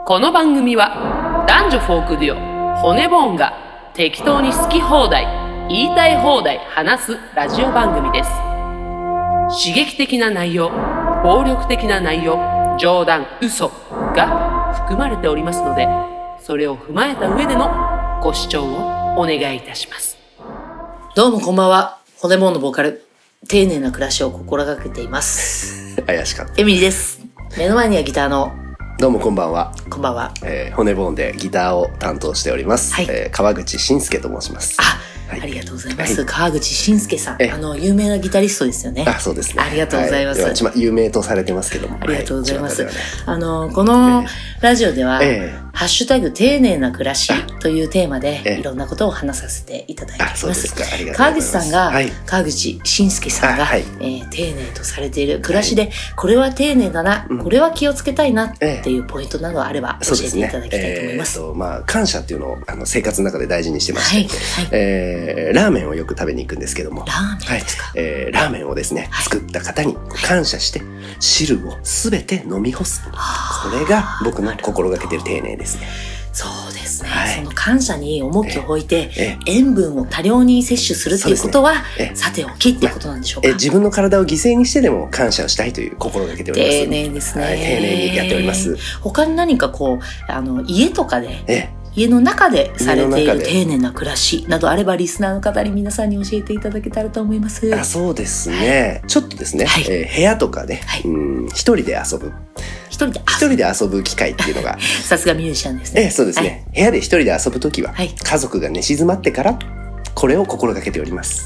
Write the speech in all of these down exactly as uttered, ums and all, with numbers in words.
この番組は男女フォークデュオ骨ボーンが適当に好き放題言いたい放題話すラジオ番組です。刺激的な内容、暴力的な内容、冗談、嘘が含まれておりますので、それを踏まえた上でのご視聴をお願いいたします。 どうもこんばんは。骨ボーンのボーカル、丁寧な暮らしを心がけています怪しかった。 エミリーです。目の前にはギターのどうもこんばんは。 こんばんは。 えー、骨ボーンでギターを担当しております、はいえー、川口晋介と申します。 あ、はい、ありがとうございます、はい、川口晋介さん、あの有名なギタリストですよね。 あ、そうですね。 ありがとうございます、 はい、有名とされてますけども、 ありがとうございます、はい、あのこのラジオでは、えー、ハッシュタグ丁寧な暮らしというテーマで、えー、いろんなことを話させていただいています。あ、そうですか。ありがとうございます。川口さんが、はい、川口晋介さんが、はいえー、丁寧とされている暮らしで、はい、これは丁寧だな、うん、これは気をつけたいなっていうポイントなどあれば教えていただきたいと思います。 そうですね。えー、まあ感謝っていうのをあの生活の中で大事にしてまして、はいはいえー、ラーメンをよく食べに行くんですけども、 ラーメンですか。 はいえー、ラーメンをですね、はい、作った方に感謝して、はい、汁をすべて飲み干す。これが僕の心がけている丁寧ですね。 そうですね、はい、その感謝に重きを置いて、ええ、塩分を多量に摂取するっていうことは、ね、さておきっていうことなんでしょうか。 え自分の体を犠牲にしてでも感謝をしたいという心がけております。 丁寧ですね、 はい、丁寧にやっております。 他に何かこうあの家とかでえ家の中でされている丁寧な暮らしなどあればリスナーの方に皆さんに教えていただけたらと思います。 あ、そうですね、はい、ちょっとですね、はいえー、部屋とかで、はい、うん一人で遊ぶ一人で一人で遊ぶ機会っていうのがさすがミュージシャンですね。 えー、そうですね、はい、部屋で一人で遊ぶときは、はい、家族が寝静まってからこれを心がけております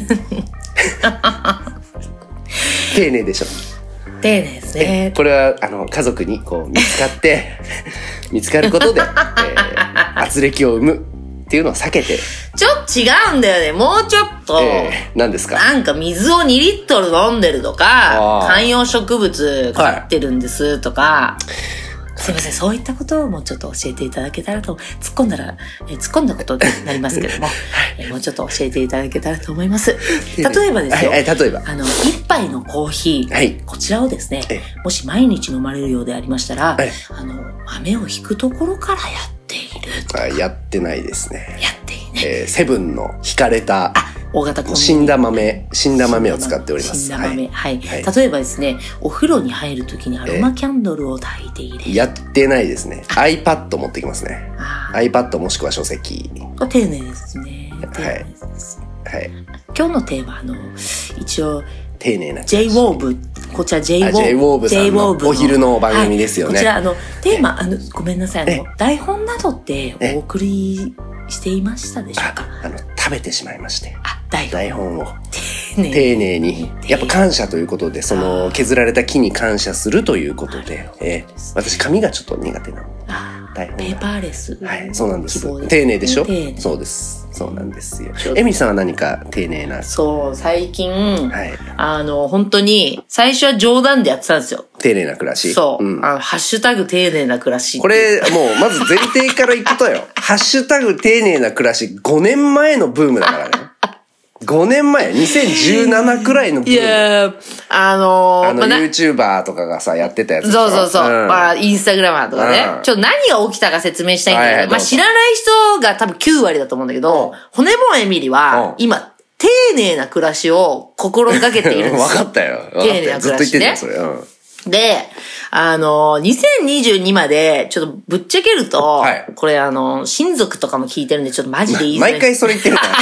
丁寧でしょ。 丁寧ですね。 これはあの家族にこう見つかって見つかることで、えー、圧力を生むっていうのを避けて。 ちょっと違うんだよね。もうちょっと、 えー、何ですか。 なんか水をにリットル飲んでるとか、観葉植物飼ってるんですとか、はいすいません、そういったことをもうちょっと教えていただけたらと、突っ込んだら、え突っ込んだことになりますけども、えもうちょっと教えていただけたらと思います。例えばですよ、 はいはい、例えばあの一杯のコーヒー、はい、こちらをですね、もし毎日飲まれるようでありましたら、はい、あの豆をひくところからやっている。 あ、やってないですね。 やっていいね。 えー、セブンのひかれた。 大型コンビニ死んだ豆、死んだ豆を使っております。 死んだ豆、はい。はい、例えばですね、お風呂に入るときにアロマキャンドルを焚いて入れる。 やってないですね。iPad 持ってきますね。iPad もしくは書籍。 丁寧ですね。丁寧です。はい。はい、今日のテーマ、あの、一応、 丁寧なジェイウォーブ こちら J ウォーブさんのお昼の番組ですよね。 はい、こちらあのテーマあのごめんなさいあの台本などってお送りしていましたでしょうか。 あの食べてしまいまして。あ、台本。台本を丁寧に丁寧にやっぱ感謝ということでその削られた木に感謝するということで、えー、私紙がちょっと苦手なの。 台本ペーパーレス。 はい、そうなんです。丁寧でしょ。そうです。そうなんですよ。エミさんは何か丁寧な。 そう、最近、はい、あの、本当に、最初は冗談でやってたんですよ。 丁寧な暮らし。 そう。うん、あの、ハッシュタグ丁寧な暮らし。 これ、もう、まず前提からいくとよ。ハッシュタグ丁寧な暮らし、ごねんまえのブームだからね。ごねんまえ、にせんじゅうななくらいのブーム。 いやあのー、 あの、まあ、YouTuber とかがさ、やってたやつ。 そうそうそう。うん、まあ、インスタグラマーとかね。うん、ちょっと何が起きたか説明したいんだけど、はいはい、まあ、知らない人が多分きゅうわりだと思うんだけど、うん、骨もエミリは、今、丁寧な暮らしを心がけているんですよ。 わかったよ。 丁寧な暮らし、ね。 ずっと言ってたよ、それ。うんで、あの、にせんにじゅうにまで、ちょっとぶっちゃけると、はい、これあの、親族とかも聞いてるんで、ちょっとマジでいいですね。毎回それ言ってるから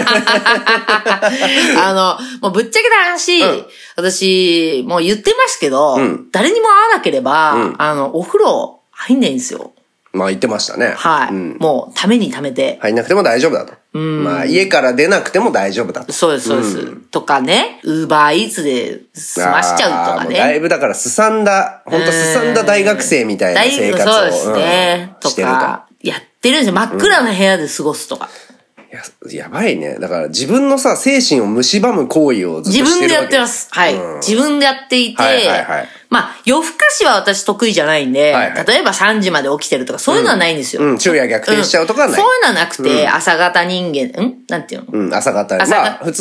あの、もうぶっちゃけた話、うん、私、もう言ってますけど、うん、誰にも会わなければ、うん、あの、お風呂入んないんですよ。 まあ言ってましたね。 はい。うん、もう、ためにためて。 入んなくても大丈夫だと。うん、まあ、家から出なくても大丈夫だと。 そうです、そうです。うん、とかね、ウーバーイーツで済ましちゃうとかね。 だいぶだからすさんだ、ほんとすさんだ大学生みたいな生活を、 そうですね、うん、してると。やってるんですよ。真っ暗な部屋で過ごすとか。 うん、や, やばいね。だから自分のさ、精神を蝕む行為をずっとしてるわけ。 自分でやってます。はい。うん、自分でやっていて、はいはいはい、まあ、夜更かしは私得意じゃないんで、はいはい、例えばさんじまで起きてるとか、そういうのはないんですよ。 うん、昼夜逆転しちゃうとかはない。 うん、そういうのはなくて、うん、朝方人間、んなんていうのうん、朝方。まあ、普通に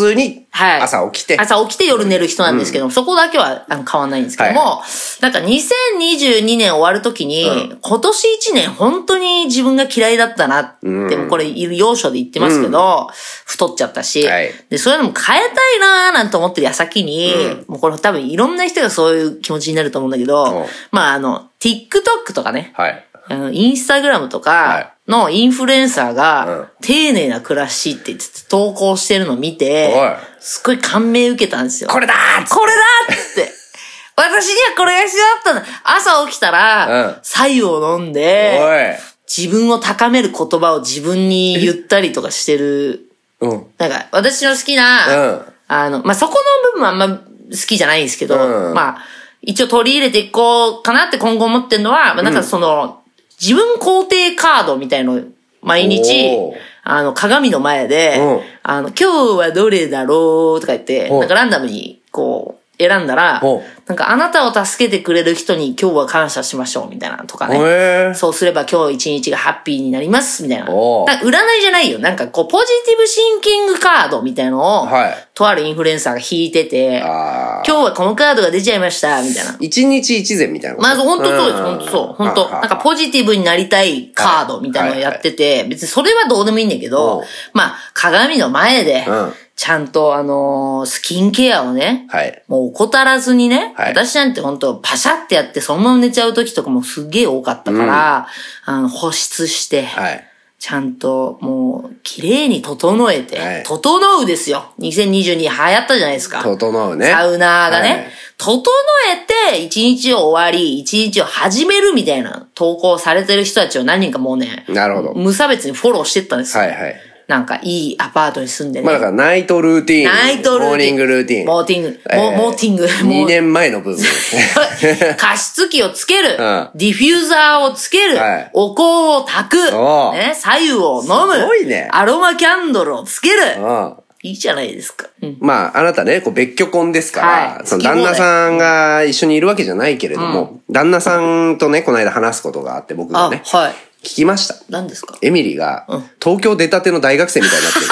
はい。 朝起きて。 朝起きて夜寝る人なんですけど、うん、そこだけはあの変わんないんですけども、はい、なんかにせんにじゅうにねん終わるときに、うん、今年いちねん本当に自分が嫌いだったなって、うん、もこれ要所で言ってますけど、うん、太っちゃったし、はい、で、そういうのも変えたいなーなんて思ってる矢先に、うん、もうこれ多分いろんな人がそういう気持ちになると思うんだけど、うん、まああの、TikTok とかね、はい、あの、インスタグラムとかのインフルエンサーが、丁寧な暮らしって投稿してるのを見て、すっごい感銘受けたんですよ。 これだーっつって。 これだーっつって。私にはこれが必要だったんだ。朝起きたら、白湯を飲んで、自分を高める言葉を自分に言ったりとかしてる。うん、なんか、私の好きな、うん、あの、まあ、そこの部分はあんま好きじゃないんですけど、うん、まあ、一応取り入れていこうかなって今後思ってるのは、まあ、なんかその、うん、自分肯定カードみたいの毎日、あの、鏡の前で、あの、今日はどれだろうとか言って、なんかランダムに、こう、選んだら、なんかあなたを助けてくれる人に今日は感謝しましょうみたいなとかね。そうすれば今日一日がハッピーになりますみたいな。なんか占いじゃないよ。なんかこう、ポジティブシンキングカードみたいのを、はい、とあるインフルエンサーが引いてて、今日はこのカードが出ちゃいましたみたいな。 一日一善みたいな。 まあ、本当そうです。本当そう。本当なんかポジティブになりたいカードみたいなのをやってて、はいはいはい、別にそれはどうでもいいんだけど、まあ、鏡の前で、うんちゃんとあのー、スキンケアをね、はい、もう怠らずにね、はい、私なんてほんとパシャってやってそのまま寝ちゃう時とかもすっげえ多かったから、うん、あの保湿して、はい、ちゃんともう綺麗に整えて、はい、整うですよ。にせんにじゅうに流行ったじゃないですか。 整うね。 サウナーがね、はい、整えて一日を終わり、一日を始めるみたいな投稿されてる人たちを何人かもうね、 なるほど。 無差別にフォローしてったんですよ。 はいはい。 なんかいいアパートに住んでね。 まあだからナイトルーティーン。 ナイトルーティーン。 モーニングルーティーン。 モーティング。えー、モーティング。 にねんまえの部分ですね。 加湿器をつける。うん、ディフューザーをつける。はい、お香を炊く。ね、白湯を飲む。 すごいね。 アロマキャンドルをつける。いいじゃないですか。 うん、まあ、あなたね、こう別居婚ですから、はい、その旦那さんが一緒にいるわけじゃないけれども、うん、旦那さんとね、この間話すことがあって僕がね。はい。聞きました。 何ですか？ エミリーが、うん、東京出たての大学生みたいになってる。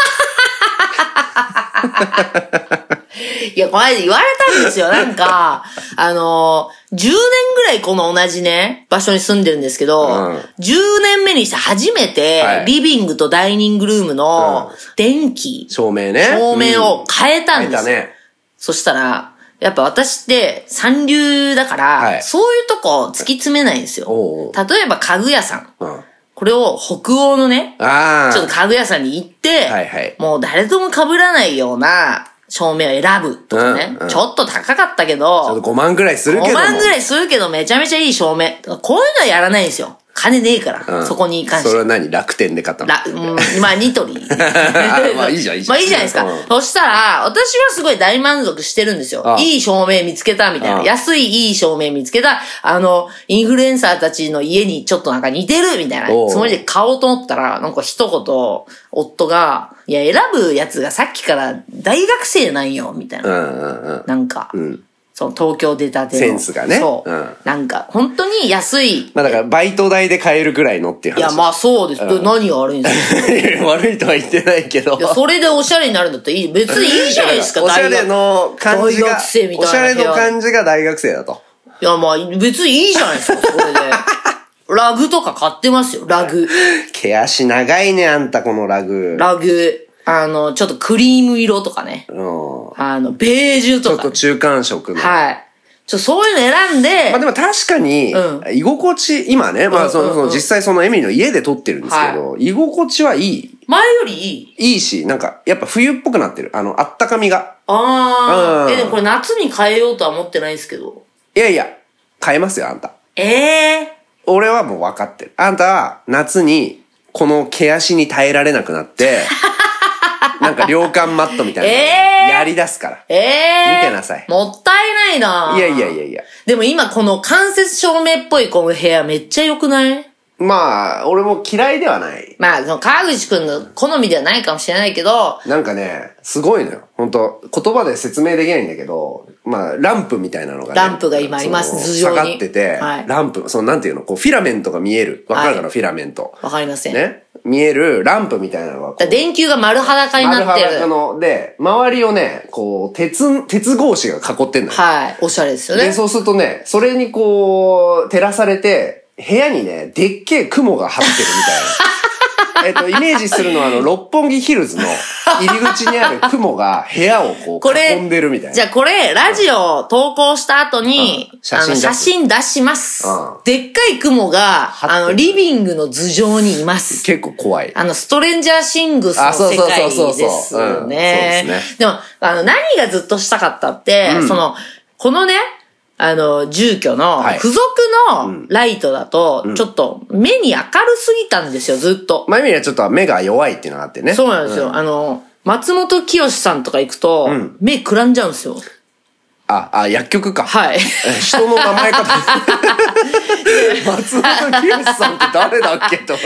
いや、この間言われたんですよ。なんか、あのー、じゅうねんぐらいこの同じね、場所に住んでるんですけど、うん、じゅうねんめにして初めて、はい、リビングとダイニングルームの電気、 うん、照明ね。 照明を変えたんですよ。うん、変えたね。そしたら、やっぱ私って三流だから、はい、そういうとこ突き詰めないんですよ。おうおう例えば家具屋さん。うん、これを北欧のね、あちょっと家具屋さんに行って、はいはい、もう誰とも被らないような照明を選ぶとかね、うんうん。ちょっと高かったけど、 ちょっとごまんぐらいするけども。 ごまんぐらいするけどめちゃめちゃいい照明。こういうのはやらないんですよ。金ねえから、うん、そこに関して。 それは何楽天で買ったのら、うん、まあ、ニトリ。 まあいいじゃん、いいじゃん。 まあいいじゃないですか。うん、そしたら、私はすごい大満足してるんですよ。いい照明見つけたみたいな。安いいい照明見つけた。あの、インフルエンサーたちの家にちょっとなんか似てるみたいな。つもりで買おうと思ったら、なんか一言、夫が、いや、選ぶやつがさっきから大学生なんよ、みたいな。うんうんうん、なんか。うんその東京出たての。 センスがね。 そう。うん、なんか、本当に安い。 まあだから、バイト代で買えるぐらいのっていう話。 いや、まあそうです。うん、何が悪いんですか悪いとは言ってないけど。 いや、それでおしゃれになるんだったらいい。別にいいじゃないですか、 おしゃれの感じが。 大学生みたいな。 おしゃれの感じが大学生だと。 いや、まあ、別にいいじゃないですか、それで。ラグとか買ってますよ、ラグ。 毛足長いね、あんた、このラグ。 ラグ。あの、ちょっとクリーム色とかね。うん。あの、ベージュとか、ね。 ちょっと中間色の。 はい。ちょ、そういうの選んで。 まあでも確かに、居心地、うん、今ね、まあその、その実際そのエミリーの家で撮ってるんですけど、はい、居心地はいい。 前よりいいいいし、なんか、やっぱ冬っぽくなってる。あの、あったかみが。 ああ、うん。え、でもこれ夏に変えようとは思ってないですけど。 いやいや、変えますよ、あんた。 ええー。 俺はもう分かってる。あんたは夏に、この毛足に耐えられなくなって、なんか涼感マットみたいなのやり出すから。ええー。見てなさい。 もったいないないやいやいやいや。 でも今この間接照明っぽいこの部屋めっちゃ良くない？ まあ、俺も嫌いではない。 まあ、その川口くんの好みではないかもしれないけど。 なんかね、すごいのよ。本当言葉で説明できないんだけど、まあ、ランプみたいなのがね。 ランプが今あります、頭上に。 下がってて、はい、ランプ、そのなんていうの、こう、フィラメントが見える。わかるかな、はい、フィラメント。 わかりません。 ね。見えるランプみたいなのが。 電球が丸裸になってる。丸裸の、で、周りをね、こう、鉄、鉄格子が囲ってんのよ。 はい。おしゃれですよね。 で、そうするとね、それにこう、照らされて、部屋にね、でっけえ雲が張ってるみたいな。えっと、イメージするのは、あの、六本木ヒルズの入り口にある雲が部屋をこう、囲んでるみたいな。 じゃあこれ、ラジオ投稿した後に、うん、写真あの写真出します、うん。でっかい雲が、あの、リビングの頭上にいます。 結構怖い。 あの、ストレンジャーシングスの世界ですよね。でも、あの、何がずっとしたかったって、うん、その、このね、あの、住居の付属のライトだと、ちょっと目に明るすぎたんですよ、ずっと。 前見はちょっと目が弱いっていうのがあってね。 そうなんですよ。うん、あの、松本清さんとか行くと、うん、目くらんじゃうんですよ。 あ、あ、薬局か。 はい。 人の名前かと。松本清さんって誰だっけと思って。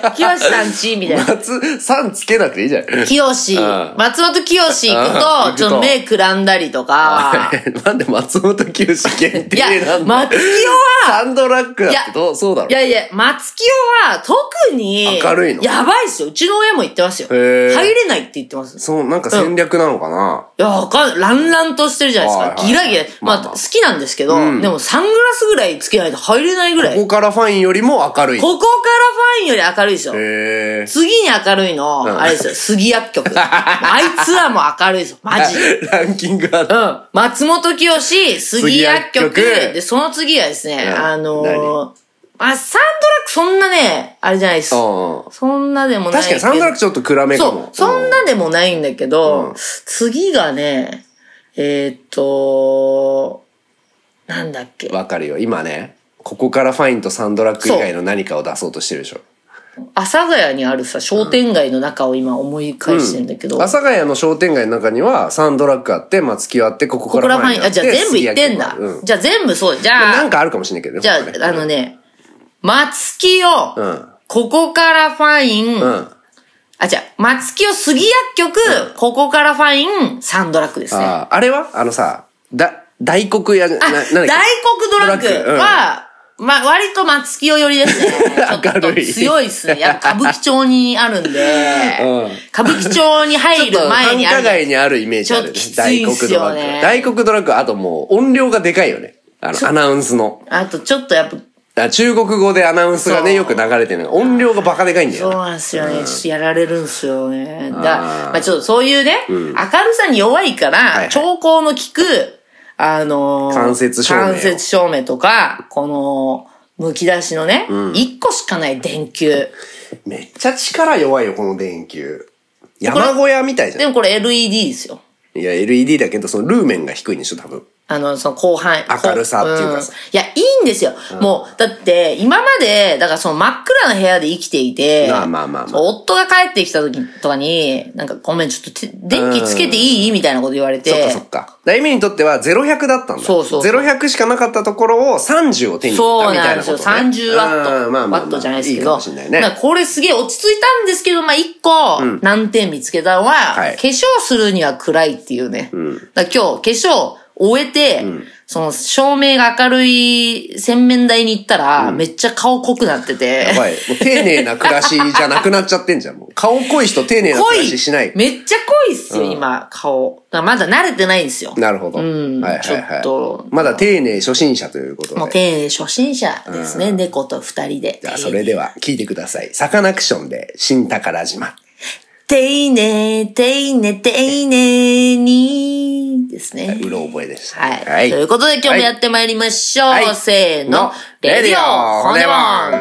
清さんちみたいな。 松さんつけなくていいじゃん。 清。松本清行くと、ちょっと目くらんだりとか。 なんで松本清限定なんだ。 松清は、 サンドラッグだってどう、そうだろ。 いやいや、松清は特に、 明るいの。 やばいっすよ。うちの親も言ってますよ。入れないって言ってます。 そう、なんか戦略なのかな。 いや、わかんない。ランランとしてるじゃないですか。ギラギラ。まあ、好きなんですけど、でもサングラスぐらいつけないと入れないぐらい。 ここからファインよりも明るい。 ここからファインより明るいですよ。へ次に明るいの、あれですよ、杉薬局。あいつはもう明るいですよ。マジで。 ランキングある。 うん。松本清、杉薬局。で、その次はですね、あのあ、サンドラックそんなね、あれじゃないです。そんなでもない。 確かにサンドラックちょっと暗めかも。 そう、そんなでもないんだけど、次がね、えー、っと、なんだっけ。 わかるよ。今ね、ここからファインとサンドラック以外の何かを出そうとしてるでしょ。 阿佐ヶ谷にあるさ、商店街の中を今思い返してるんだけど。 阿佐ヶ谷の商店街の中には、サンドラックあって、松木あって、ここからファインあって。 あ、じゃあ全部言ってんだ。うん、じゃあ全部そう。じゃあ。 なんかあるかもしれないけどね。 じゃあ、あのね、松木を、うん、ここからファイン、うん、あ、じゃあ、松木を杉薬局、うん、ここからファイン、サンドラックですね。 あ, あれはあのさ、だ、大黒屋、な、 な、大黒ドラッグは、うん、まあ、割と松木を寄りですね。ちょっと強いっすね。やっぱ歌舞伎町にあるんで、うん、歌舞伎町に入る前にある。 繁華街にあるイメージある、ね。 ちょっときついっすよね。 大黒ドラッグ、あともう音量がでかいよね。あの、アナウンスの。 あとちょっとやっぱ、 中国語でアナウンスがね、よく流れてるのが、音量がバカでかいんだよ。 そうなんですよね。うん、ちょっとやられるんですよね。だまあちょっとそういうね、うん、明るさに弱いから、はいはい、兆候の効く、あのー、 間接照明。 間接照明とか、この、剥き出しのね、うん、いっこしかない電球。 めっちゃ力弱いよ、この電球。山小屋みたいじゃん。 でもこれ エルイーディー ですよ。 いや、エルイーディー だけど、そのルーメンが低いんでしょ、多分。 あの、その広範囲。 明るさっていうかさ。 うん、いや、いいんですよ。うん、もう、だって、今まで、だからその真っ暗な部屋で生きていて、 まあまあまあまあ。 夫が帰ってきた時とかに、なんかごめん、ちょっと電気つけていいみたいなこと言われて。 そっかそっか。だ意味にとってはゼロひゃくだったんだ。 そうそうそう。 ゼロひゃくしかなかったところをさんじゅうを手に入れたみたいなこと、ね。そうなんですよ。さんじゅうワット。まあまあまあ、ワットじゃないですけど。いいかもしれないね。だからこれすげえ落ち着いたんですけど、まあ一個、難点見つけたのは、はい、化粧するには暗いっていうね。うん、だから今日、化粧終えて、うんその照明が明るい洗面台に行ったら、めっちゃ顔濃くなってて。やばい。もう丁寧な暮らしじゃなくなっちゃってんじゃん。もう顔濃い人丁寧な暮らししない。 めっちゃ濃いっすよ、うん、今、顔。だからまだ慣れてないんですよ。 なるほど。うん。はいはいはい。ちょっと。まだ丁寧初心者ということで。 もう丁寧初心者ですね。うん、猫と二人で。 じゃあそれでは聞いてください。サカナクションで新宝島。 丁寧、丁寧、丁寧にですね。 うろ覚えです。 はい。はい。ということで今日もやってまいりましょう。はい、せーの。レディオ骨盤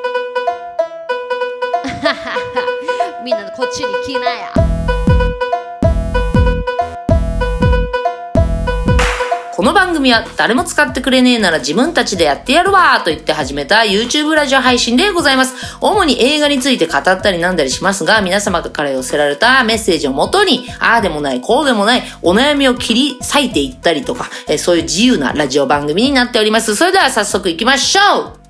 みんなこっちに来なや。この番組は誰も使ってくれねえなら自分たちでやってやるわーと言って始めた YouTube ラジオ配信でございます。主に映画について語ったりなんだりしますが、皆様から寄せられたメッセージをもとに、ああでもない、こうでもない、お悩みを切り裂いていったりとか、えそういう自由なラジオ番組になっております。それでは早速行きましょう。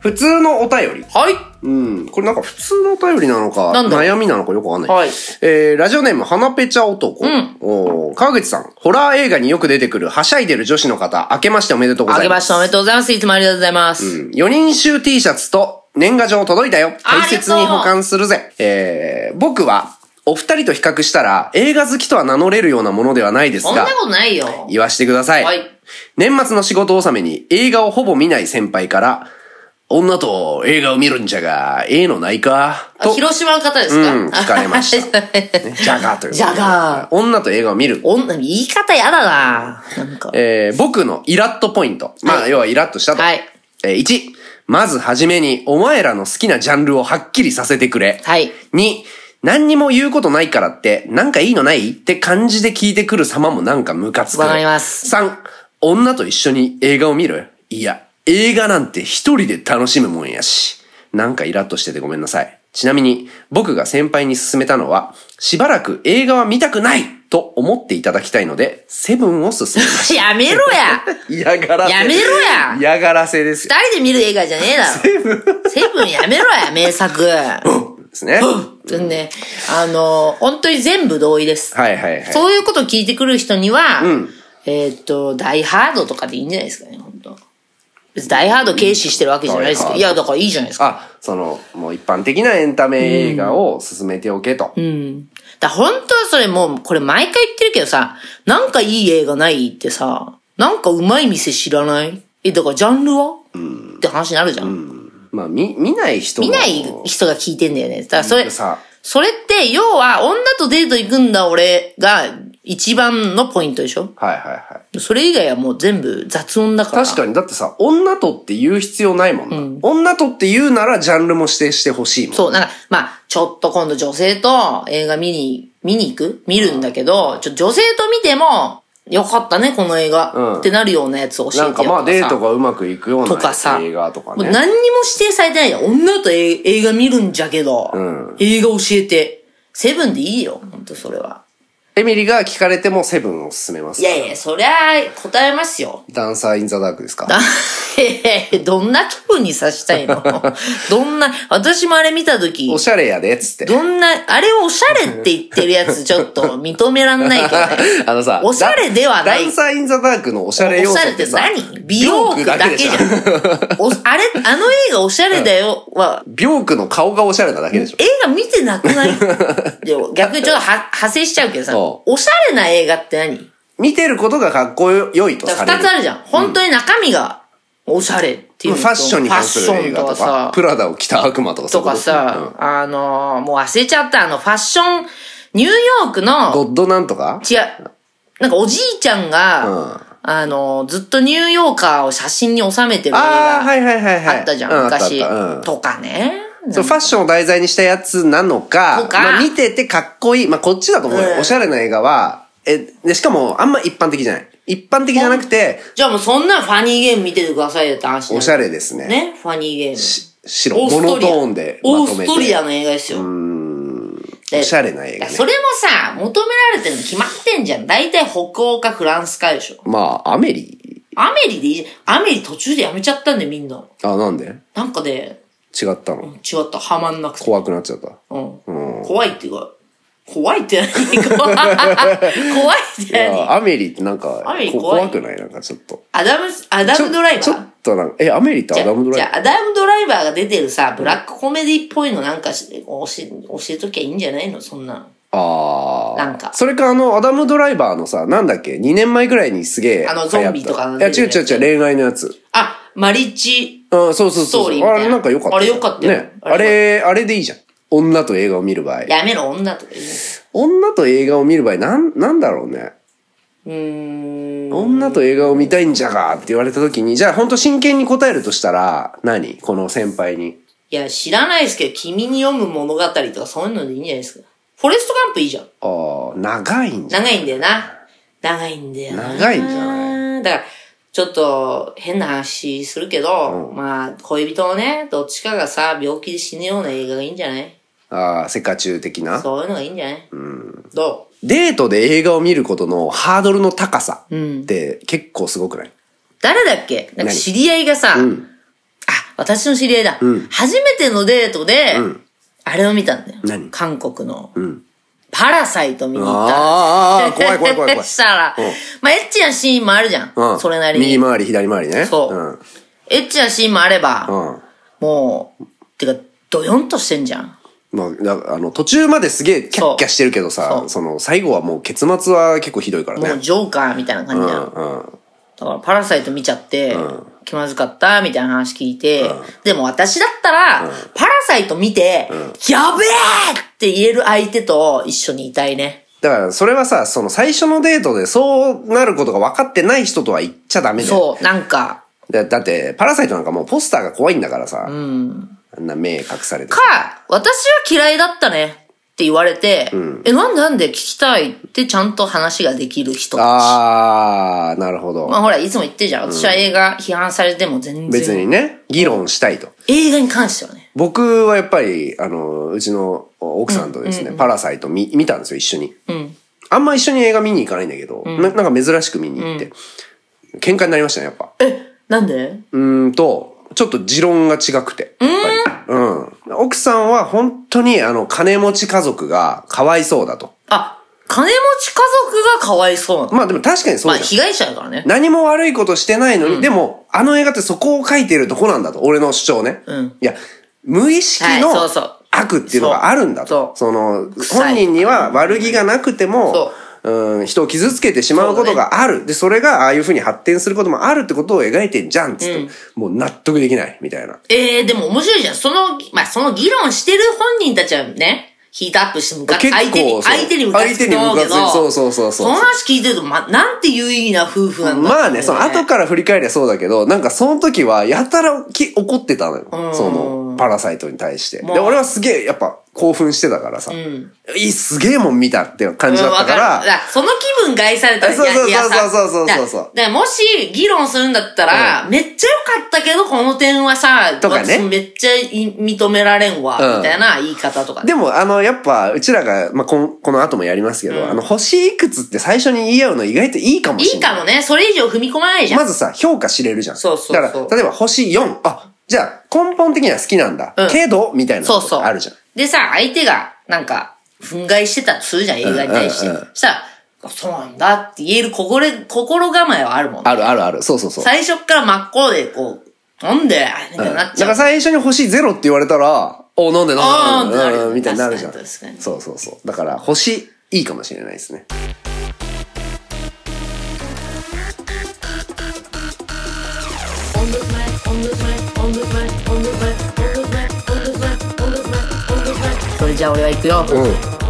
普通のお便り。 はい。 うん。これなんか普通のお便りなのか、悩みなのかよくわかんない。 はい。 えー、ラジオネーム、花ペチャ男。うん。お川口さん、ホラー映画によく出てくる、はしゃいでる女子の方、明けましておめでとうございます。 明けましておめでとうございます。いつもありがとうございます。 うん。よにん集 T シャツと年賀状届いたよ。大切に保管するぜ。えー、僕は、お二人と比較したら、映画好きとは名乗れるようなものではないですが。そんなことないよ。 言わしてください。はい。年末の仕事納めに映画をほぼ見ない先輩から、女と映画を見るんじゃが、ええのないかと。広島の方ですか？ うん、聞かれました。ね、じゃがという。 じゃが。 女と映画を見る。 女、言い方やだな。なんか。 えー、僕のイラッとポイント。まあ、はい、要はイラッとしたと。はい。えー、いち、まずはじめに、お前らの好きなジャンルをはっきりさせてくれ。はい。に、何にも言うことないからって、なんかいいのないって感じで聞いてくる様もなんかムカつく。 わかります。 さん、女と一緒に映画を見る？いや、映画なんて一人で楽しむもんやし。なんかイラッとしててごめんなさい。ちなみに、僕が先輩に勧めたのは、しばらく映画は見たくないと思っていただきたいので、セブンを勧めました。 やめろや嫌がらせ。 やめろや嫌がらせです。 二人で見る映画じゃねえだろ。セブンセブンやめろや、名作。 ですね。 うん。ね、あの、本当に全部同意です。 はいはいはい。 そういうこと聞いてくる人には、うん、えっと、ダイハードとかでいいんじゃないですかね、本当。別にダイハード軽視してるわけじゃないですけど、いや、だからいいじゃないですか。 あ、その、もう一般的なエンタメ映画を進めておけと。 うん。うん、だ本当はそれもう、これ毎回言ってるけどさ、なんかいい映画ないってさ、なんかうまい店知らない？え、だからジャンルは、うん、って話になるじゃん。うんまあ、見、見ない人見ない人が聞いてんだよね。だからそれ、それって、要は、女とデート行くんだ俺が一番のポイントでしょ？ はいはいはい。 それ以外はもう全部雑音だから。 確かに、だってさ、女とって言う必要ないもんな。うん、女とって言うならジャンルも指定してほしいもん。 そう、なんか、まあ、ちょっと今度女性と映画見に、見に行く見るんだけど、ちょ、女性と見ても、よかったね、この映画、うん。ってなるようなやつを教えてよとかさ。 なんかまあデートがうまくいくような映画とかね。 もう何にも指定されてないよ。女と映画見るんじゃけど、うん、映画教えて。セブンでいいよ、ほんとそれは。 エミリが聞かれてもセブンを勧めますか？ いやいや、そりゃ答えますよ。 ダンサーインザダークですか？ えどんな気分にさしたいの？どんな、私もあれ見たとき。 おしゃれやで、つって。 どんな、あれをおしゃれって言ってるやつちょっと認めらんないけどね。あのさ、おしゃれではない。 ダンサーインザダークのおしゃれ要素ってさ。 おしゃれって何？美容区だけじゃん。おあれ、あの映画おしゃれだよは。 美容区の顔がおしゃれなだけでしょ。 映画見てなくない？逆にちょっとは派生しちゃうけどさ。おしゃれな映画って何？ 見てることがかっこよいとされる。 二つあるじゃん。本当に中身がおしゃれっていうのと、 ファッションに関する映画とか、プラダを着た悪魔とかとかさ、うん、あのー、もう忘れちゃった、あの、ファッション、ニューヨークの、 ゴッドなんとか？ 違う。なんかおじいちゃんが、うん、あのー、ずっとニューヨーカーを写真に収めてる映画、 はいはいはいはい、 あったじゃん、昔。うん、とかね。 そう、ファッションを題材にしたやつなのか、とかまあ、見ててかっこいい。まあ、こっちだと思うよ。うん、おしゃれな映画は、え、で、しかも、あんま一般的じゃない。一般的じゃなくて。 じゃあもうそんなファニーゲーム見ててくださいよって話。 おしゃれですね。 ね、ファニーゲーム。 し、白、モノトーンでまとめて。オーストリアの映画ですよ。うーん。おしゃれな映画、ね。 それもさ、求められてるの決まってんじゃん。大体北欧かフランスかでしょ。 まあ、アメリ。 アメリでいいじゃん。アメリ途中でやめちゃったんでみんな。 あ、なんで？ なんかで。 違ったの？ 違った。はまんなくて。 怖くなっちゃった。 うん。うん、怖いっていうか。怖いって何？怖いって何？ アメリってなんか、アメリ怖い怖くない？なんかちょっと。 アダム、アダムドライバーちょっとなんか、え、アメリってアダムドライバー？ じゃあ、アダムドライバーが出てるさ、ブラックコメディっぽいのなんか教え、教えときゃいいんじゃないの？そんなの。 ああ。 なんか。 それかあの、アダムドライバーのさ、なんだっけ ?に 年前ぐらいにすげえ。 あの、ゾンビとかの。 いや、違う違う違う、恋愛のやつ。 あ、マリッジ。 うん、そうそうそう。あれなんか良かった。 あれ良かったよ。 ね。あれ、あれでいいじゃん。女と映画を見る場合。 やめろ、女とか言う。 女と映画を見る場合、なん、なんだろうね。 うーん。 女と映画を見たいんじゃがって言われた時に、じゃあ本当真剣に答えるとしたら、何この先輩に。 いや、知らないですけど、君に読む物語とかそういうのでいいんじゃないですか。フォレストガンプいいじゃん。 ああ、長いんじゃん。 長いんだよな。長いんだよな。 長いんじゃない？ だから、ちょっと変な話するけど、うん、まあ、恋人をね、どっちかがさ、病気で死ぬような映画がいいんじゃない？ ああ、セカチュウ的な？ そういうのがいいんじゃない？うん。どう？ デートで映画を見ることのハードルの高さって結構すごくない？ 誰だっけ？なんか知り合いがさ、うん、あ、 私の知り合いだ。うん、初めてのデートで、うん、あれを見たんだよ。 何？ 韓国の。うんパラサイト見に行った。 ああ、怖い怖い怖い怖い。 したら、うん、まあ、エッチなシーンもあるじゃん。うん、それなりに。 右回り、左回りね。 そう。うん、エッチなシーンもあれば、うん、もう、てか、ドヨンとしてんじゃん。 まあ、あの、途中まですげえキャッキャしてるけどさ、そ, その、最後はもう結末は結構ひどいからね。 もうジョーカーみたいな感じじゃん。うんうん、だからパラサイト見ちゃって、うん、気まずかったみたいな話聞いて、うん、でも私だったら、うん、パラサイト見て、うん、やべえって言える相手と一緒にいたいね。 だからそれはさ、その最初のデートでそうなることが分かってない人とは言っちゃダメだよ。 そう、なんか。 だ, だってパラサイトなんかもうポスターが怖いんだからさ。うん。あんな目隠されて。 か、私は嫌いだったねって言われて、うん、え、なんでなんで聞きたいってちゃんと話ができる人たち。 あー、なるほど。 まあほら、いつも言ってるじゃん。私は映画批判されても全然。 別にね、議論したいと。 映画に関してはね。 僕はやっぱり、あの、うちの奥さんとですね、うんうんうん、パラサイト見、見たんですよ、一緒に。うん。あんま一緒に映画見に行かないんだけど、うん、な, なんか珍しく見に行って、うん、喧嘩になりましたね、やっぱ。 え、なんで？ うーんと、ちょっと持論が違くて。やっぱり。うん。奥さんは本当にあの、金持ち家族がかわいそうだと。 あ、金持ち家族がかわいそうなの？ まあでも確かにそうだ。 まあ被害者だからね。 何も悪いことしてないのに、うん、でも、あの映画ってそこを書いてるとこなんだと。俺の主張ね。うん。いや、無意識の、はい、そうそう。悪っていうのがあるんだと。そ, その、本人には悪気がなくても、うん、人を傷つけてしまうことがある。ね、で、それがああいう風に発展することもあるってことを描いてんじゃんっつって、うん、もう納得できないみたいな。 ええー、でも面白いじゃん。その、まあ、その議論してる本人たちはね、ヒートアップして向かって、相手に、相手に向かってと思うけど、 そうそうそうそう。 その話聞いてると、ま、なんて有意義な夫婦なんだ、ね。 まあね、その後から振り返りゃそうだけど、なんかその時はやたらき怒ってたのよ。その、パラサイトに対して。で、俺はすげえ、やっぱ、興奮してたからさ。うん。いい、すげえもん見たって感じだったから。うん、からその気分害されたらそうそうそうそうそうそう。 だからもし議論するんだったら、うん、めっちゃ良かったけど、この点はさ、とかね。めっちゃ認められんわ、うん、みたいな言い方とか、ね。 でも、あの、やっぱ、うちらが、まあ、この、この後もやりますけど、うん、あの、星いくつって最初に言い合うの意外といいかもしれない。 いいかもね。それ以上踏み込まないじゃん。 まずさ、評価知れるじゃん。 そうそうそう。 だから、例えば星よん。あ、じゃあ、根本的には好きなんだ。うん、けど、みたいなことがあるじゃん。そうそう。 でさ、相手が、なんか、憤慨してたとするじゃん、映画に対して。うんうんうん、したら、そうなんだって言える心、心構えはあるもんね。 あるあるある。そうそうそう。 最初から真っ向で、こう、なんでみたいになっちゃう。 だから最初に星ゼロって言われたら、お、なんでなんでなんでみたいになるじゃん。そうそうそう。だから、星、いいかもしれないですね。 それじゃあ俺は行くよ。うん。ガ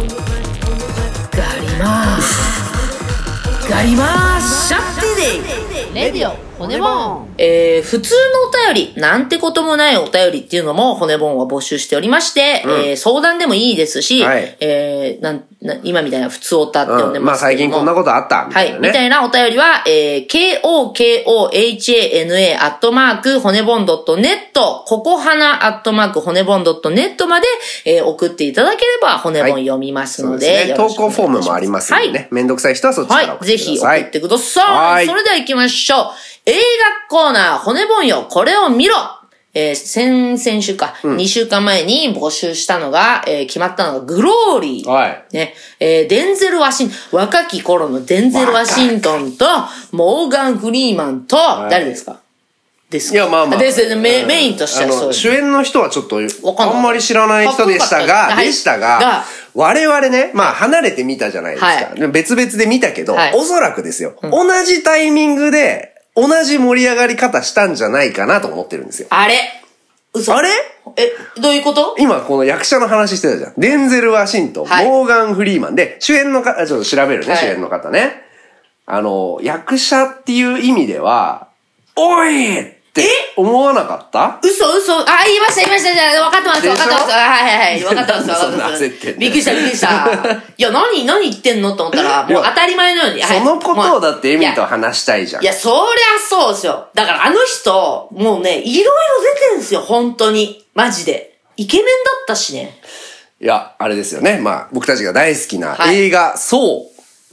リマース。ガリマース。シャッティデイ。レディオ骨ボン。えー、普通のお便り、なんてこともないお便りっていうのも骨ボンは募集しておりまして、うん、えー、相談でもいいですし、はい、えー、なんな今みたいな普通おたって呼んでますけども、うん、まあ最近こんなことあったみたいな、ね。 はい。みたいなお便りは、えー、ケーオーケーオーエイチエーエヌエー アットマーク骨ボンドットネット、ここはなアットマーク骨ボンドットネットまで、えー、送っていただければ骨ボン読みますので、はい、 ね、投稿フォームもありますのでね。はい、めんどくさい人はそっちから送ってください。はい。ぜひ送ってください。はい。それでは行きましょう。映画コーナー、骨ボンよ、これを見ろ。えー、先、先週か、うん、にしゅうかんまえに募集したのが、えー、決まったのが、グローリー。 はい。 ね。えー、デンゼル・ワシントン、若き頃のデンゼル・ワシントンと、モーガン・フリーマンと、はい、誰ですかですかいや、まあまあ。 ですね、メ、メインとしてはそう。 主演の人はちょっと、あんまり知らない人でしたが、でしたが、が我々ね、まあ離れてみたじゃないですか。はい、別々で見たけど、はい、おそらくですよ、うん、同じタイミングで、同じ盛り上がり方したんじゃないかなと思ってるんですよ。 あれ嘘あれえ、どういうこと？ 今この役者の話してたじゃん。デンゼル・ワシントン、はい、モーガン・フリーマンで、主演の方、ちょっと調べるね、はい、主演の方ね。あの、役者っていう意味では、おいって思わなかった？ 嘘嘘。あ、言いました言いました。じゃあ分かってます分かってます。はいはいはい。分かってます分かってます。びっくりしたびっくりした。いや、何何言ってんのって思ったら、もう当たり前のように。 そのことをだってエミと話したいじゃん。 いや、そりゃそうですよ。だからあの人、もうね、いろいろ出てんすよ、本当に。マジで。イケメンだったしね。 いや、あれですよね。まあ、僕たちが大好きな映画、はい、そう。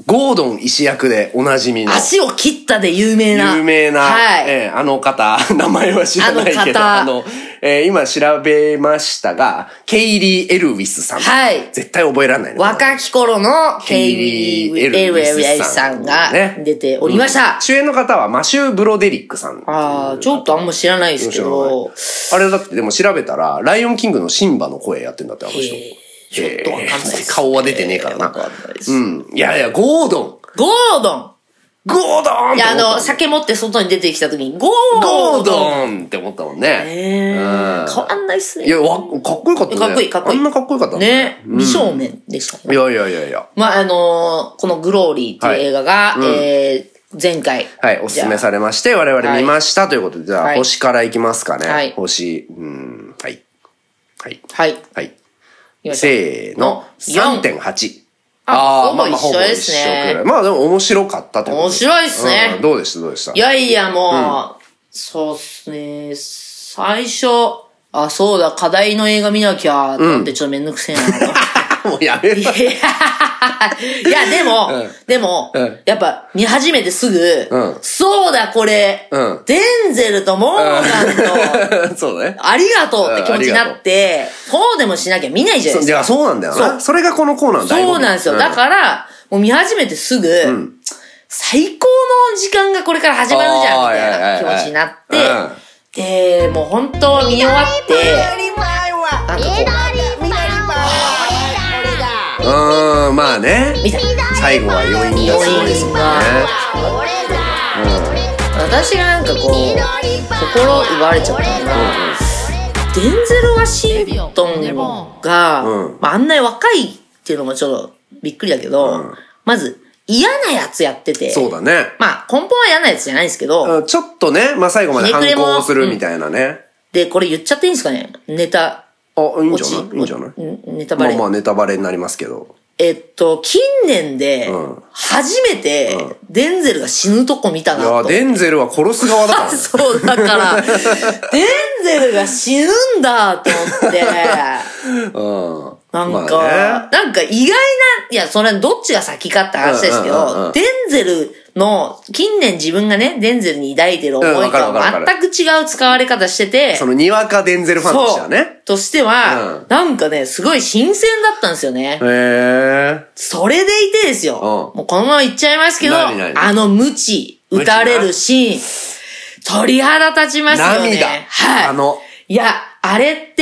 ゴードン石役でおなじみの。 足を切ったで有名な。 有名な。はい。えー、あの方、名前は知らないけど、あの、あのえー、今調べましたが、ケイリー・エルウィスさん。はい。絶対覚えられないね。 若き頃のケイリー・エルウィスさんが出ておりました。 うん、主演の方はマシュー・ブロデリックさん。 ああ、ちょっとあんま知らないですけど。 あれだってでも調べたら、ライオンキングのシンバの声やってんだって、あの人。 ちょっとわかんないです。 顔は出てねえからな。わかんないです。うん。いやいや、ゴードン。 ゴードンゴードンいや、あの、酒持って外に出てきた時に、ゴードンって思ったもんね。 へー。変わんないっすね。 いや、わ、かっこよかったね。 かっこいい、かっこいい。 あんなかっこよかったね。美少年でしたね。いやいやいやいや。 まあ、あの、このグローリーっていう映画が、えー、前回。 はい、おすすめされまして、我々見ましたということで、じゃあ、星からいきますかね。はい。星、うん、はい。はい。 はい。 はい。せーの、さんてんはち。 ああ、ほぼ一緒ですね。 まあでも面白かったと面白いっすね。 どうでしたどうでしたいやいやもう、そうっすね。最初、あ、そうだ、課題の映画見なきゃ、ってちょっとめんどくせえな。 もうやめろ。いや、 でも、でも、やっぱ見始めてすぐ、そうだ、これ、デンゼルとモーガンと、 そうね。 ありがとうって気持ちになって、こうでもしなきゃ見ないじゃないですか。 いや、そうなんだよな。それがこのコーナーだよ。 そうなんですよ。だから、もう見始めてすぐ、最高の時間がこれから始まるじゃん、みたいな気持ちになって、で、もう本当見終わって、なんかこう、 うーん、まあね。最後は余韻がすごいですもんね。 私がなんかこう、心奪われちゃったのが、デンゼル・ワシントンが、まああんなに若いっていうのもちょっとびっくりだけど、まず嫌なやつやってて。 そうだね。 まあ根本は嫌なやつじゃないんですけど、 ちょっとね、まあ最後まで反抗するみたいなね。 で、これ言っちゃっていいんですかねネタ。 あ、いいんじゃないいいんじゃないネタバレ。 まあまあネタバレになりますけど。 えっと、近年で、初めて、デンゼルが死ぬとこ見たなと。 いや、デンゼルは殺す側だから、ね。 そう、だから、デンゼルが死ぬんだと思って、うんなんか、まあね、なんか意外な、いや、それどっちが先かって話ですけど、デンゼルの、近年自分がね、デンゼルに抱いてる思いとは全く違う使われ方してて、 そのにわかデンゼルファンとしてはね。 としては、うん、なんかね、すごい新鮮だったんですよね。 へー。 それでいてですよ。うん、もうこのまま言っちゃいますけど、何何あの無知、撃たれるシーン、鳥肌立ちますよね。 涙。 はい。あの。いや、あれって、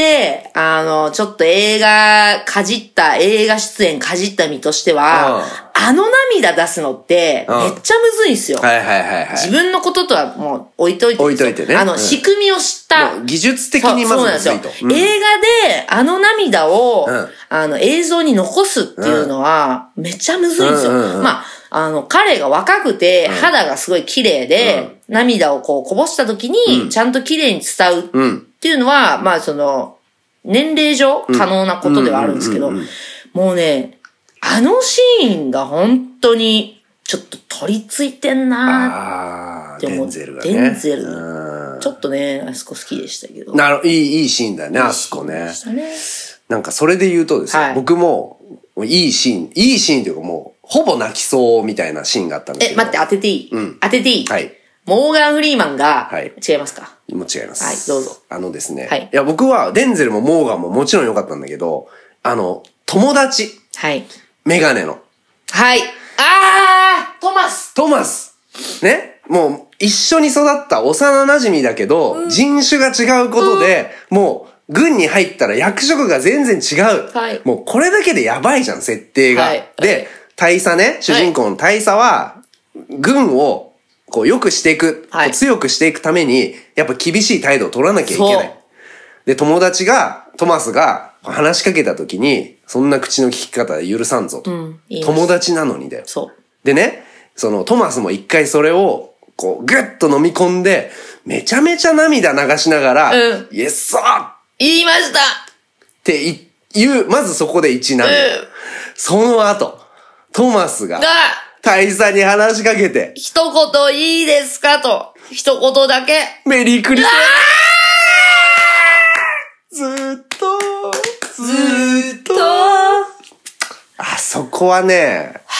あの、ちょっと映画かじった、映画出演かじった身としては、うん、あの涙出すのって、めっちゃむずいんすよ。 はいはいはいはい。 自分のこととはもう置いといて。 置いといてね。 あの、うん、仕組みを知った。 技術的にまずむずいと。 そうなんですよ。うん、映画で、あの涙を、うん、あの、映像に残すっていうのは、めっちゃむずいんですよ。うんうんうん、まあ、あの、彼が若くて、肌がすごい綺麗で、うん、涙をこうこぼした時に、ちゃんと綺麗に伝う。うんっていうのは、まあその、年齢上可能なことではあるんですけど、もうね、あのシーンが本当にちょっと取り付いてんなーって思って。デンゼルがね。デンゼル。ちょっとね、あそこ好きでしたけど。 なるいい、いいシーンだよね、あそこね。なんかそれで言うとですね、はい、僕も、いいシーン、いいシーンというかもう、ほぼ泣きそうみたいなシーンがあったんですけど。 え、待って、当てていい、うん、当てていいはい。 モーガン・フリーマンが、はい、違いますかもう違います。 はい、どうぞ。 あのですね。はい。いや、僕は、デンゼルもモーガンももちろん良かったんだけど、あの、友達。 はい。 メガネの。 はい。あートマストマスねもう、一緒に育った幼馴染だけど、うん、人種が違うことで、うん、もう、軍に入ったら役職が全然違う。はい。もう、これだけでやばいじゃん、設定が。はい。で、大佐ね、主人公の大佐は、軍を、こう、良くしていく、はい、強くしていくために、やっぱ厳しい態度を取らなきゃいけない。で、友達が、トマスが話しかけた時に、そんな口の利き方で許さんぞと。うん、友達なのにだよ。 そう。 でね、そのトマスも一回それを、こう、ぐっと飲み込んで、めちゃめちゃ涙流しながら、うん、イエスサー言いましたって言う、まずそこで一涙。うん、その後、トマスが、大佐に話しかけて。 一言いいですかと。一言だけ。 メリークリスマスずーっと、 ずーっと。 あそこはね、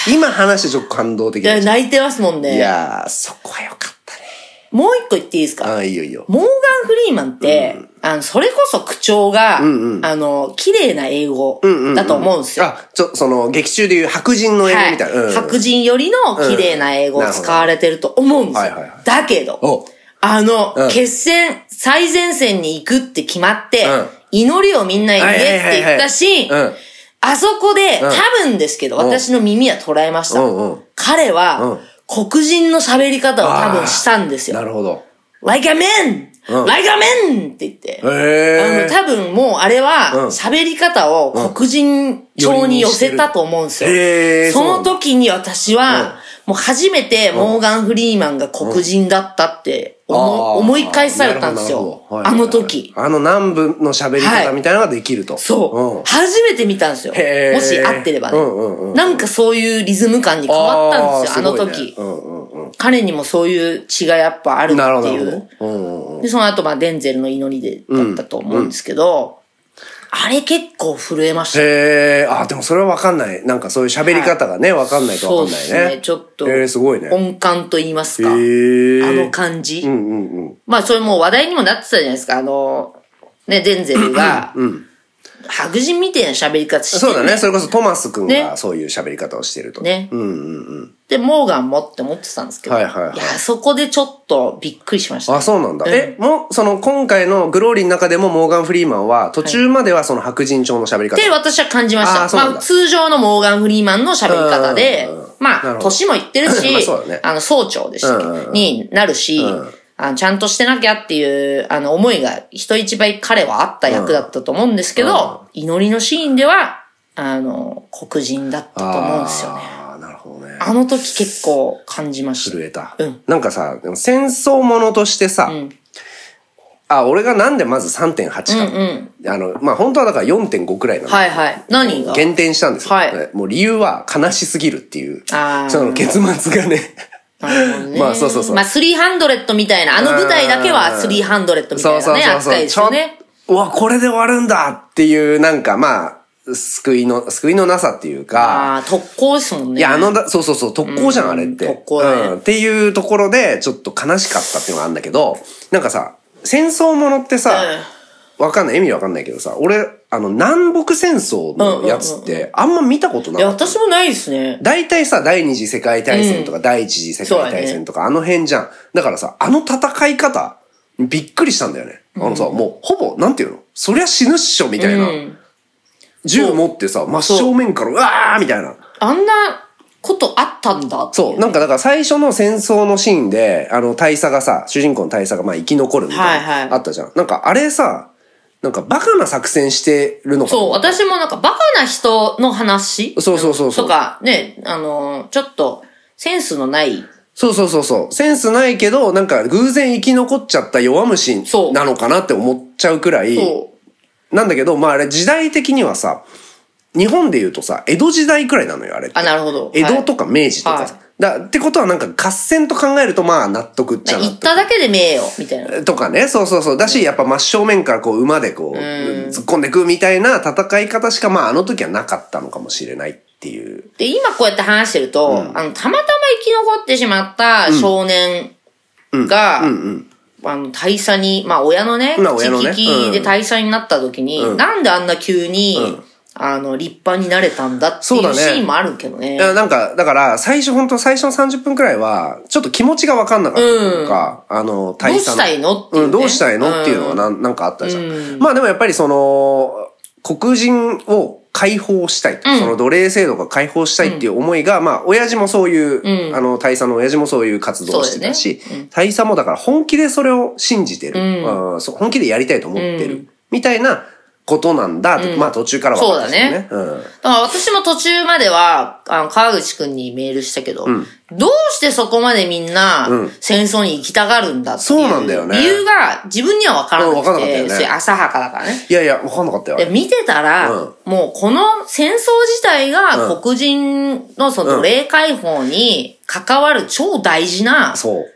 今話してちょっと感動的だ。いや、泣いてますもんね。 いやー、そこはよかったね。 もう一個言っていいですか？ ああ、いいよいいよ。 モーガン・フリーマンって、うん、あの、それこそ口調が、うんうん、あの、綺麗な英語だと思うんですよ。 うんうんうん、あ、ちょ、その、劇中でいう白人の英語みたいな。はいうん、 白人よりの綺麗な英語を使われてると思うんですよ。うんはいはいはい、だけど、あの、うん、決戦、最前線に行くって決まって、うん、祈りをみんな言えって言ったシーン、あそこで、うん、多分ですけど、私の耳は捉えました。うんうん、彼は、うん、黒人の喋り方を多分したんですよ。 なるほど。 like a man! うん、like a man! って言って。あの、多分もうあれは、喋り方を黒人調に寄せたと思うんですよ。うん、その時に私は、もう初めてモーガン・フリーマンが黒人だったって思、思い返されたんですよ。はいはいはい、あの時。 あの南部の喋り方みたいなのができると。はい、 そう、うん。初めて見たんですよ。もし合ってればね、うんうんうん。なんかそういうリズム感に変わったんですよ、あ, あの時、ねうんうんうん。彼にもそういう血がやっぱあるっていう。うんうんうん、で、その後まあデンゼルの祈りでだったと思うんですけど、うんうんあれ結構震えました。 へー。あ、でもそれはわかんない。なんかそういう喋り方がね、わ、はい、かんないとわかんないね。そうですね。 ちょっと。 へー、すごいね。 音感と言いますか。へー。あの感じ。うんうんうん。まあそれも話題にもなってたじゃないですか。あの、ね、デンゼルが、うん。白人みたいな喋り方してる、ね。そうだね。それこそトマス君がそういう喋り方をしてると。 ね。 うんうんうん。 で、モーガンもって思ってたんですけど。 はいはいはい。 いや、そこでちょっとびっくりしました、ね。 あ、そうなんだ。うん、え、もう、その今回のグローリーの中でもモーガン・フリーマンは途中まではその白人調の喋り方。 って私は感じました。あまあ、通常のモーガン・フリーマンの喋り方で、まあ、年もいってるし、まあそうだね、あの、総長でしたっけになるし、うんあのちゃんとしてなきゃっていう、あの、思いが人一倍彼はあった役だったと思うんですけど、うん、祈りのシーンでは、あの、黒人だったと思うんですよね。 ああ、なるほどね。 あの時結構感じました。 震えた。うん。なんかさ、戦争ものとしてさ、うん、あ、俺がなんでまず さんてんはち か。うんうん、あの、まあ、本当はだから よんてんご くらいなの。 はいはい。何が減点したんですよ。はい。もう理由は悲しすぎるっていう。ああ。その結末がね。 ね、まあそうそうそう。まあさんびゃくみたいな、あの舞台だけはさんびゃくみたいなね、そうそうそうそう扱いですよね。 うわ、これで終わるんだっていう、なんかまあ、救いの、救いのなさっていうか。 ああ、特攻ですもんね。 いや、あのだ、そうそうそう、特攻じゃん、あれって。 特攻だね、 うん。っていうところで、ちょっと悲しかったっていうのがあるんだけど、なんかさ、戦争ものってさ、うん、わかんない、意味わかんないけどさ、俺、あの、南北戦争のやつって、あんま見たことなかった。 いや、私もないですね。 大体さ、第二次世界大戦とか、第一次世界大戦とか、あの辺じゃん。だからさ、あの戦い方、びっくりしたんだよね。あのさ、もう、ほぼ、なんていうのそりゃ死ぬっしょ、みたいな。銃持ってさ、真正面から、うわーみたいな。 あんなことあったんだって。 そう。なんかだから最初の戦争のシーンで、あの、大佐がさ、主人公の大佐がまあ生き残るみたいな。はいはい。あったじゃん。なんかあれさ、なんかバカな作戦してるのかな。 そう、私もなんかバカな人の話そうそうそうそう。 とか、ね、あの、ちょっと、センスのない。 そうそうそうそう。センスないけど、なんか偶然生き残っちゃった弱虫なのかなって思っちゃうくらい。そう。なんだけど、まああれ時代的にはさ、日本で言うとさ、江戸時代くらいなのよ、あれって。 あ、なるほど。 江戸とか明治とか。はい、だってことはなんか合戦と考えるとまあ納得っちゃう。 行っただけで名誉みたいな。 とかね、そうそうそう。だし、やっぱ真正面からこう馬でこう、突っ込んでくみたいな戦い方しかまああの時はなかったのかもしれないっていう。 で、今こうやって話してると、うん、あの、たまたま生き残ってしまった少年が、うんうんうんうん、あの、大佐に、まあ親のね、まあ親のね、口利きで大佐になった時に、うん、なんであんな急に、うんあの、立派になれたんだっていうシーンもあるけどね。 いや、なんか、だから、最初、本当最初のさんじゅっぷんくらいは、ちょっと気持ちがわかんなかったというか、うん、あの、 大佐の。どうしたいのっていう、ね。 うん、どうしたいのっていうのがな、ん、なんかあったじゃん。うん、まあでもやっぱりその、黒人を解放したい。うん、その奴隷制度が解放したいっていう思いが、うん、まあ、親父もそういう、うん、あの、大佐の親父もそういう活動をしてたし、ねうん、大佐もだから本気でそれを信じてる。うん、本気でやりたいと思ってる。うん、みたいな、ことなんだって、うん、まあ途中からは分かったですね。そうだね。うん。 だから私も途中までは、あの、川口くんにメールしたけど、うん、どうしてそこまでみんな、戦争に行きたがるんだっていう。そうなんだよね。理由が自分には分からなくて、うん、分からなかったよね。それ浅はかだからね。 いやいや、分かんなかったよ。 で、見てたら、うん、もうこの戦争自体が黒人のその奴隷解放に関わる超大事な、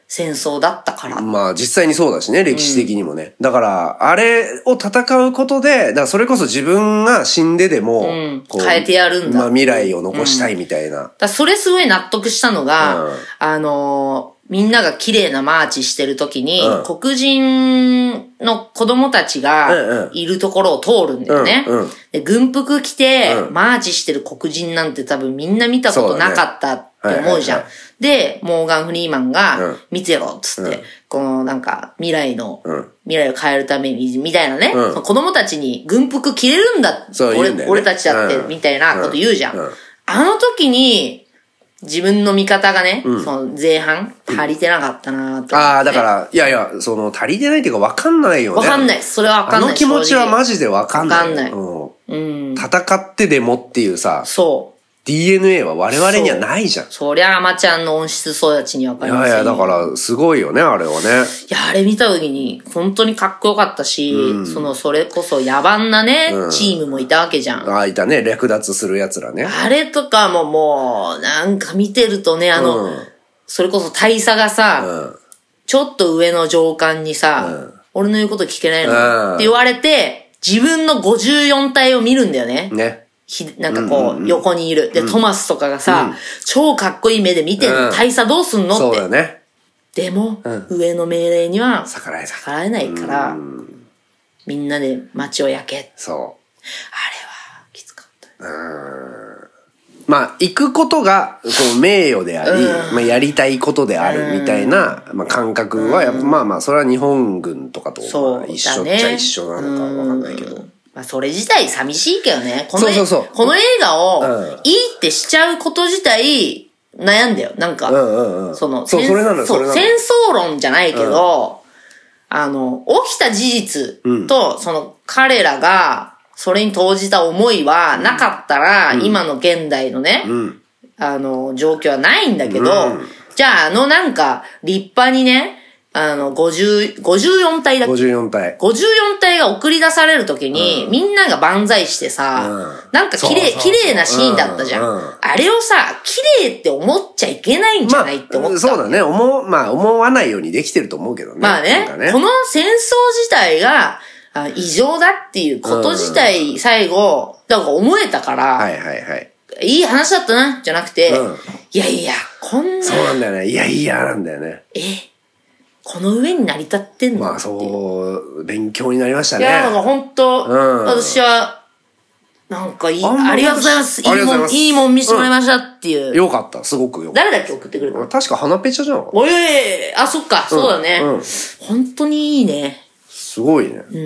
戦争だったから。 まあ実際にそうだしね、歴史的にもね。うん、だから、あれを戦うことで、だからそれこそ自分が死んででも、うん、 変えてやるんだ。 まあ未来を残したいみたいな。うん、 だそれすごい納得したのが、うん、あのー、みんなが綺麗なマーチしてる時に、うん、黒人の子供たちがいるところを通るんだよね。うんうん、で軍服着て、マーチしてる黒人なんて多分みんな見たことなかったって思うじゃん。で、モーガン・フリーマンが、見てろっつって、うん、このなんか未来の、うん、未来を変えるために、みたいなね、うん、子供たちに軍服着れるんだ、俺、ね、俺たちだって、みたいなこと言うじゃん。うんうん、あの時に、自分の見方がね、うん、その前半、足りてなかったなと思って、 ああ、だから、いやいや、その、足りてないっていうか分かんないよね。 分かんない。それは分かんない。 あの気持ちはマジで分かんない。 分かんない。 うん。戦ってでもっていうさ、 そう。 ディーエヌエー は我々にはないじゃん。 そ, そりゃ、アマちゃんの音質育ちに分かりますよ。 いやいや、だから、すごいよね、あれはね。 いや、あれ見た時に、本当にかっこよかったし、うん、その、それこそ野蛮なね、うん、チームもいたわけじゃん。 ああ、いたね、略奪する奴らね。 あれとかももう、なんか見てるとね、あの、うん、それこそ大佐がさ、うん、ちょっと上の上官にさ、うん、俺の言うこと聞けないのって言われて、自分のごじゅうよん体を見るんだよね。 ね。 ひ、なんかこう、うんうんうん、横にいる。で、うん、トマスとかがさ、うん、超かっこいい目で見てる、うん、大佐どうすんのって。 そうだね。 でも、うん、上の命令には逆らえない。 逆らえないから、うん、みんなで街を焼け。 そう。あれは、 きつかった。うん。 まあ、行くことが、こう、名誉であり、うん、まあ、やりたいことであるみたいな、うん、まあ、感覚は、うん、まあまあ、それは日本軍とかと、まあ、一緒っちゃ一緒なのかわかんないけど。 まあ、それ自体寂しいけどね。このそうそうそうこの映画を、いいってしちゃうこと自体、悩んだよ。なんか、 うんうんうん、 その、 そう、それなの、それなの。 戦争論じゃないけど、うん、あの、起きた事実と、うん、その、彼らが、それに投じた思いはなかったら、うん、今の現代のね、うん、あの、状況はないんだけど、うん、じゃあ、あのなんか、立派にね、あの、ごじゅう、ごじゅうよん体だっけ ?ごじゅうよん 体。ごじゅうよん体が送り出されるときに、うん、みんなが万歳してさ、うん、なんか綺麗、綺麗なシーンだったじゃん。うんうん、あれをさ、綺麗って思っちゃいけないんじゃないって思った。 まあ、そうだね。思う、まあ思わないようにできてると思うけどね。 まあ ね, ね、この戦争自体が異常だっていうこと自体、最後、なんか思えたから、 はいはいはい。 いい話だったな、じゃなくて、うん、いやいや、こんな。 そうなんだよね。いやいやなんだよね。 えこの上に成り立ってんのまあそう、勉強になりましたね。いや、なんか本当、うん、私は、なんかいい、ありがとうございます。いいもん、いいもん見せてもらいましたっていう。 うん、よかった、すごくよかった。 誰だっけ送ってくれたの確か花ペチャじゃん。 おいおいあ、そっか、そうだね。うんうん、本当にいいね。 すごいね。うん、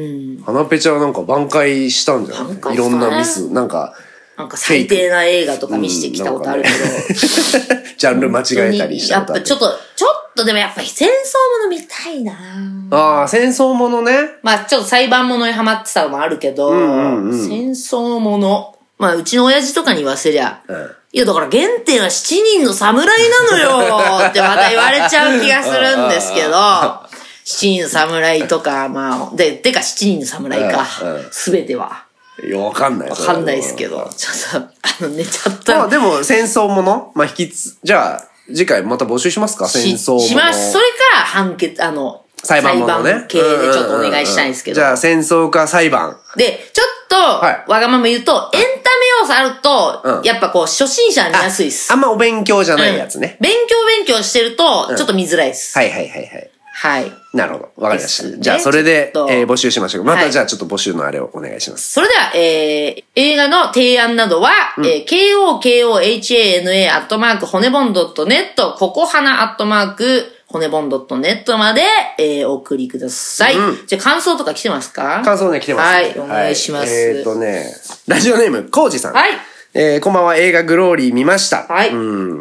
花ペチャはなんか挽回したんじゃない、ね、いろんなミス。なんか、 なんか最低な映画とか見せてきたことあるけど。うんね、 ジャンル間違えたりしたことある。 やっぱちょっと、ちょっとでもやっぱり戦争もの見たいなああ、戦争ものね。 まあちょっと裁判ものにハマってたのもあるけど、うんうんうん、戦争もの。まあうちの親父とかに言わせりゃ、うん、いやだから原点は七人の侍なのよってまた言われちゃう気がするんですけど、七人の侍とか、まあ、で、てか七人の侍か、すべては。 いや、わかんない。 わかんないですけど、ちょっと、あの、寝ちゃった。 まあでも、戦争ものまあ、引きつ、じゃあ、次回また募集しますか戦争もの。 します。それか、判決、あの、 裁判ものね。 系でちょっとお願いしたいんですけど。 じゃあ、戦争か裁判。 で、ちょっと、はい、わがまま言うと、エンタメ要素あると、うん、やっぱこう、初心者は見やすいです。 あんまお勉強じゃないやつね。 うん、勉強勉強してると、ちょっと見づらいです。 うん、はいはいはいはい。 はい。 なるほど。わかりました。ね、じゃあ、それで、えー、募集しましょう。また、じゃあ、ちょっと募集のあれをお願いします。 それでは、えー、映画の提案などは、うん、えー、ケーオーケーオーエイチエーエヌエー アットマーク、骨盆 .net、ココハナアットマーク、骨盆 .net まで、えー、お送りください。うん、じゃあ、感想とか来てますか？ 感想ね、来てます。 はい、お願いします。はい、 えーとね、ラジオネーム、コウジさん。 はい。 えー、こんばんは、映画グローリー見ました。 はい。 うん。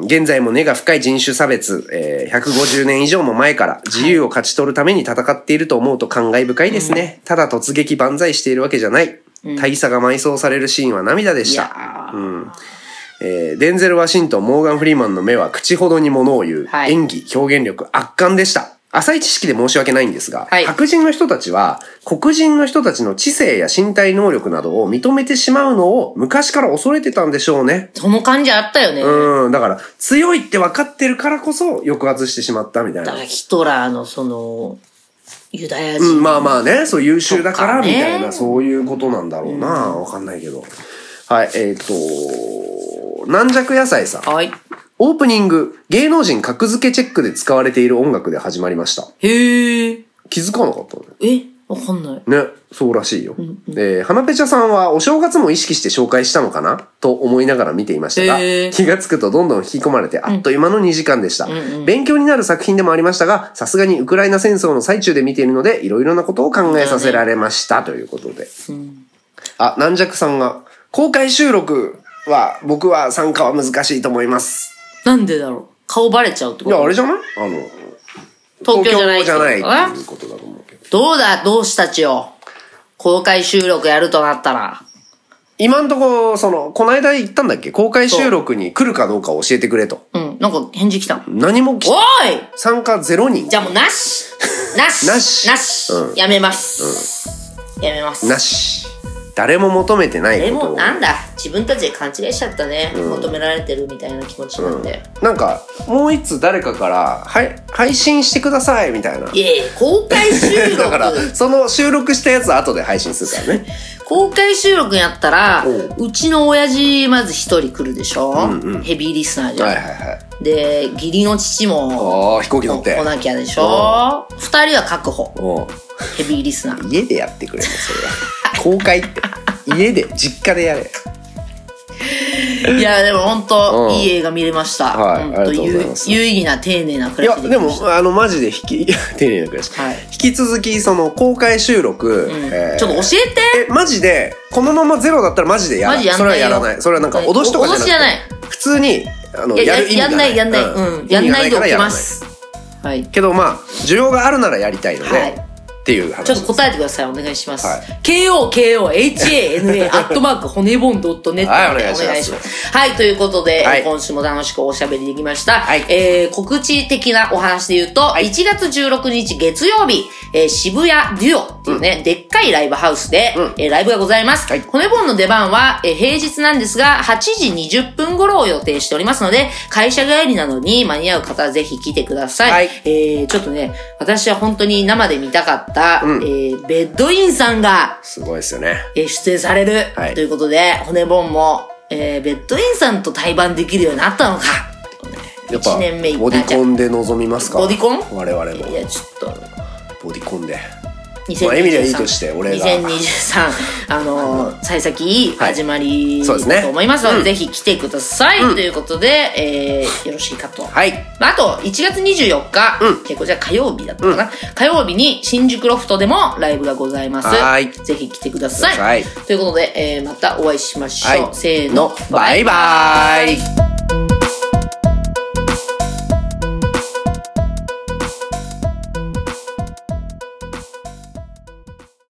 現在も根が深い人種差別、えー、ひゃくごじゅうねん以上も前から自由を勝ち取るために戦っていると思うと感慨深いですね。うん、ただ突撃万歳しているわけじゃない。うん、大佐が埋葬されるシーンは涙でした。うん。えー、デンゼル・ワシントン、モーガン・フリーマンの目は口ほどに物を言う。はい、演技、表現力、圧巻でした。 浅い知識で申し訳ないんですが、はい、白人の人たちは黒人の人たちの知性や身体能力などを認めてしまうのを昔から恐れてたんでしょうね。 その感じあったよね。 うん。だから強いって分かってるからこそ抑圧してしまったみたいな。 だからヒトラーのそのユダヤ人、 うん、まあまあね、そう優秀だからみたいな、そういうことなんだろうな。わ、うん、かんないけど。はい、えっ、ー、と軟弱野菜さん。 はい。 オープニング、芸能人格付けチェックで使われている音楽で始まりました。 へー。 気づかなかったね。 えわかんない。 ね、そうらしいよ。 うんうん、 えー、花ペチャさんはお正月も意識して紹介したのかなと思いながら見ていましたが、気がつくとどんどん引き込まれてあっという間のにじかんでした。うんうんうん、勉強になる作品でもありましたが、さすがにウクライナ戦争の最中で見ているので、いろいろなことを考えさせられました、ね、ということで。うん、あ、軟弱さんが、公開収録は僕は参加は難しいと思います。 なんでだろう顔バレちゃうってこと？ いや、あれじゃないあの、 東京じゃないじゃないっていうことだと思うけど。 どうだ、同志たちよ。公開収録やるとなったら。 今んとこ、その、この間言ったんだっけ公開収録に来るかどうか教えてくれと。 うん。なんか返事来た。 何も来た。 おい参加ゼロにん。 じゃあもうなしなしなしなし、うん、やめます、うん。やめます。 なし。誰も求めてないことを。 でもなんだ自分たちで勘違いしちゃったね、うん、求められてるみたいな気持ちなんで、 うん、なんかもう一つ誰かからはい配信してくださいみたいな。 いやいや公開収録だからその収録したやつは後で配信するからね公開収録やったら う, うちの親父まず一人来るでしょ、うんうん、ヘビーリスナーじゃん、はいはいはい、で義理の父も飛行機乗って来なきゃでしょ二人は確保ヘビーリスナー家でやってくれるのそれは公開って家で実家でやれいやでも本当、うん、いい映画見れました。 はい、ありがとうございます。 有意義な丁寧な暮らしでいやでもあのマジで引き丁寧な暮らし、はい、引き続きその公開収録、うんえー、ちょっと教えてえマジでこのままゼロだったらマジでやらない。それはやらない。それはなんか脅しとかじゃなくて、脅しじゃない。普通にあの や, やる意味がない。 やんないやんない、うん、やんないでおきます。 はい。けどまあ需要があるならやりたいので。はいっていう話ちょっと答えてくださいお願いします、はい、ケーオーケーオーエイチエーエヌエー アットマーク骨ボンドットネットはいお願いします。 はいということで、はい、今週も楽しくおしゃべりできました、はいえー、告知的なお話で言うと、はい、いちがつじゅうろくにち月曜日、えー、渋谷デュオっていうね、うん、でっかいライブハウスで、うんえー、ライブがございます、はい、骨ボンの出番は、えー、平日なんですがはちじにじゅっぷん頃を予定しておりますので会社帰りなのに間に合う方はぜひ来てください、はいえー、ちょっとね私は本当に生で見たかった、うんえーベッドインさんがすごいですよね出演される、はい、ということで骨ボンも、えー、ベッドインさんと対バンできるようになったのかやっぱボディコンで臨みますかボディコン我々もいやちょっとボディコンでまあ、意味ではいいとして俺がにせんにじゅうさんあのー、幸先始まりだと思いますので、はいねうん、ぜひ来てください、うん、ということで、えー、よろしいかと、 はいまあ、あといちがつにじゅうよっか、うん、結構じゃあ火曜日だったかな、うん、火曜日に新宿ロフトでもライブがございますはいぜひ来てください、 はい、 ということで、えー、またお会いしましょう、はい、せーのバイバイ